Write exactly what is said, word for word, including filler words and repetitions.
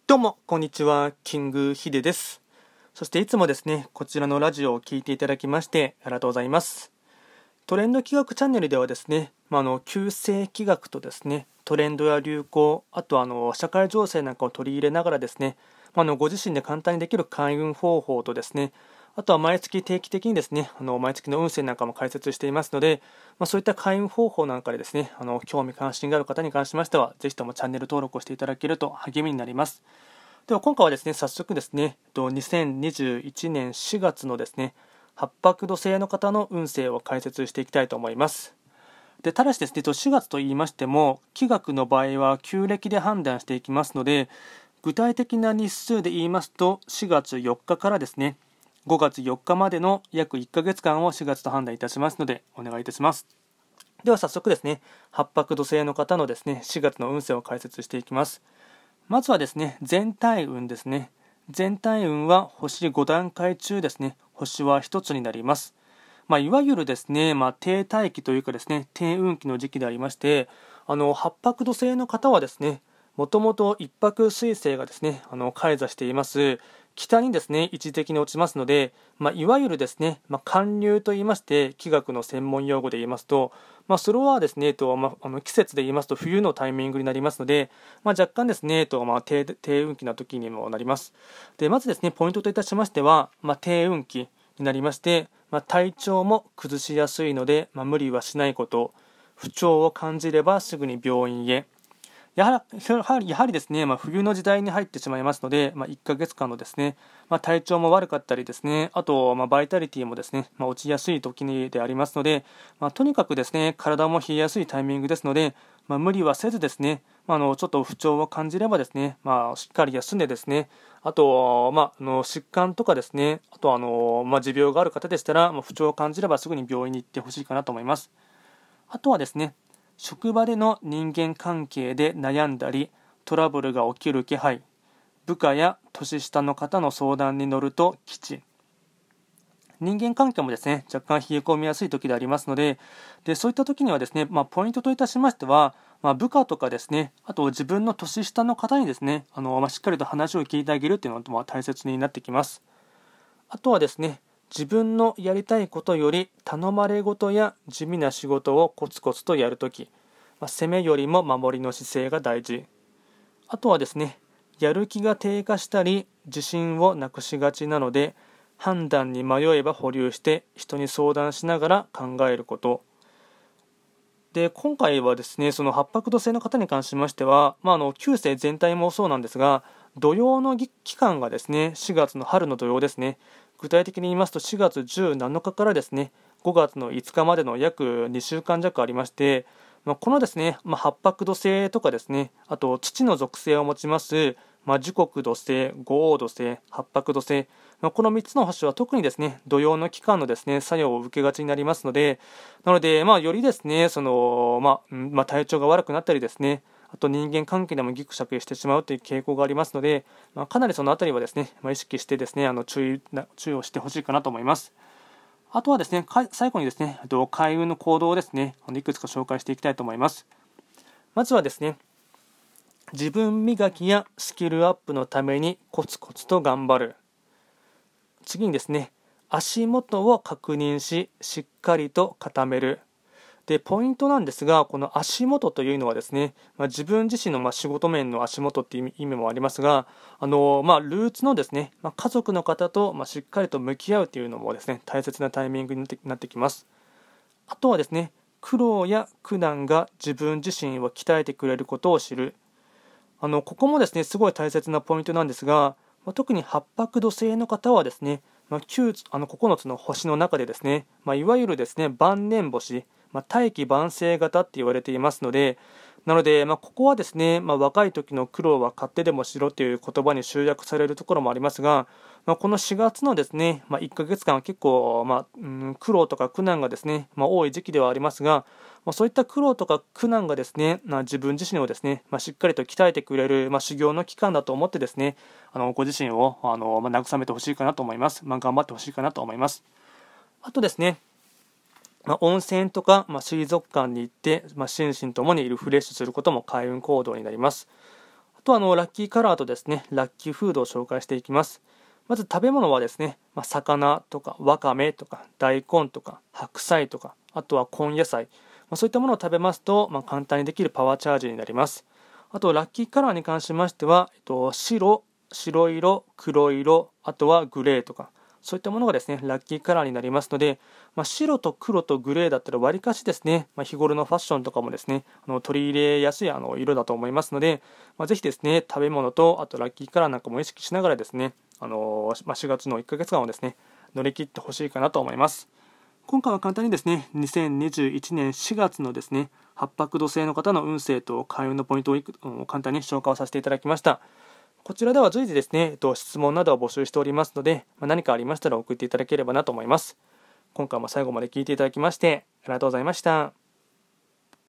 どうもこんにちは、キングヒデです。そしていつもですねこちらのラジオを聞いていただきましてありがとうございます。トレンド企画チャンネルではですね、まあ、あの旧世企画とですねトレンドや流行、あとあの社会情勢なんかを取り入れながらですね、まあ、あのご自身で簡単にできる開運方法とですね、あとは毎月定期的にですねあの毎月の運勢なんかも解説していますので、まあ、そういった開運方法なんかでですねあの興味関心がある方に関しましてはぜひともチャンネル登録をしていただけると励みになります。では今回はですね早速ですねにせんにじゅういちねんしがつのですね八白土星の方の運勢を解説していきたいと思います。でただしですねしがつと言いましても気学の場合は旧暦で判断していきますので、具体的な日数で言いますとしがつよっかからですねごがつよっかまでの約いっかげつかんをしがつと判断いたしますのでお願いいたします。では早速ですね八白土星の方のですねしがつの運勢を解説していきます。まずはですね全体運ですね。全体運は星ごだんかい中ですね星はひとつになります。まあ、いわゆるですね、まあ、停滞期というかですね低運期の時期でありまして、あの八白土星の方はですねもともと一白水星がですねあの開座しています北にですね一時的に落ちますので、まあ、いわゆるですね、まあ、寒流といいまして気学の専門用語で言いますと、まあ、それはですね、えっとまあ、あの季節で言いますと冬のタイミングになりますので、まあ、若干ですね、えっとまあ、低, 低運期な時にもなります。でまずですねポイントといたしましては、まあ、低運期になりまして、まあ、体調も崩しやすいので、まあ、無理はしないこと、不調を感じればすぐに病院へ。やはりやはりですね、まあ、冬の時代に入ってしまいますので、まあ、いっかげつかんのですね、まあ、体調も悪かったりですね、あと、まあ、バイタリティもですね、まあ、落ちやすい時にでありますので、まあ、とにかくですね体も冷えやすいタイミングですので、まあ、無理はせずですね、まあ、あのちょっと不調を感じればですね、まあ、しっかり休んでですね、あと、まあ、あの疾患とかですね、あとあの、まあ、持病がある方でしたら、まあ、不調を感じればすぐに病院に行ってほしいかなと思います。あとはですね、職場での人間関係で悩んだりトラブルが起きる気配、部下や年下の方の相談に乗ると吉。人間関係もですね若干冷え込みやすい時でありますので、でそういった時にはですね、まあ、ポイントといたしましては、まあ、部下とかですね、あと自分の年下の方にですねあの、まあ、しっかりと話を聞いてあげるっていうのが大切になってきます。あとはですね自分のやりたいことより頼まれ事や地味な仕事をコツコツとやるとき、まあ、攻めよりも守りの姿勢が大事。あとはですねやる気が低下したり自信をなくしがちなので、判断に迷えば保留して人に相談しながら考えることで、今回はですねその八白土星の方に関しましては、まあ、あの旧星全体もそうなんですが、土曜の期間がですねしがつの春の土曜ですね。具体的に言いますとしがつじゅうなのかからですねごがつのいつかまでの約にしゅうかん弱ありまして、まあ、このですね、まあ、八白土星とかですね、あと土の属性を持ちます、まあ、時刻土星、五黄土星、八白土星、まあ、このみっつの星は特にですね土曜の期間のですね作用を受けがちになりますので、なので、まあ、よりですねその、まあうんまあ、体調が悪くなったりですね、あと人間関係でもギクシャクしてしまうという傾向がありますので、まあ、かなりそのあたりはですね、まあ、意識してですねあの注意な注意をしてほしいかなと思います。あとはですね、最後にですね、開運の行動をですね、いくつか紹介していきたいと思います。まずはですね、自分磨きやスキルアップのためにコツコツと頑張る。次にですね、足元を確認し、しっかりと固める。でポイントなんですが、この足元というのはですね、まあ、自分自身のまあ仕事面の足元という意味もありますが、あのまあ、ルーツのですね、まあ、家族の方とまあしっかりと向き合うというのもですね大切なタイミングになってきます。あとはですね、苦労や苦難が自分自身を鍛えてくれることを知る。あのここもですねすごい大切なポイントなんですが、まあ、特に八白土星の方はですね、まあ、きゅうあのここのつの星の中でですね、まあ、いわゆるですね晩年星、まあ、大器晩成型って言われていますので、なので、まあ、ここはですね、まあ、若い時の苦労は買ってでもしろという言葉に集約されるところもありますが、まあ、このしがつのですね、まあ、いっかげつかんは結構、まあうん、苦労とか苦難がですね、まあ、多い時期ではありますが、まあ、そういった苦労とか苦難がですね、まあ、自分自身をですね、まあ、しっかりと鍛えてくれる、まあ、修行の期間だと思ってですね、あのご自身をあの、まあ、慰めてほしいかなと思います。まあ、頑張ってほしいかなと思います。あとですね、まあ、温泉とか、まあ、水族館に行って、まあ、心身ともにリフレッシュすることも開運行動になります。あとはあのラッキーカラーとですね、ラッキーフードを紹介していきます。まず食べ物はですね、まあ、魚とかわかめとか大根とか白菜とか、あとは根野菜、まあ、そういったものを食べますと、まあ、簡単にできるパワーチャージになります。あとラッキーカラーに関しましては、えっと、白、白色、黒色、あとはグレーとか、そういったものがですねラッキーカラーになりますので、まあ、白と黒とグレーだったらわりかしですね、まあ、日頃のファッションとかもですねあの取り入れやすいあの色だと思いますので、まあ、ぜひですね食べ物とあとラッキーカラーなんかも意識しながらですね、あのまあ、しがつのいっかげつかんをですね乗り切ってほしいかなと思います。今回は簡単にですねにせんにじゅういちねんしがつのですね八白土星の方の運勢と開運のポイントを簡単に紹介をさせていただきました。こちらでは随時ですね、えっと、質問などを募集しておりますので、まあ、何かありましたら送っていただければなと思います。今回も最後まで聞いていただきましてありがとうございました。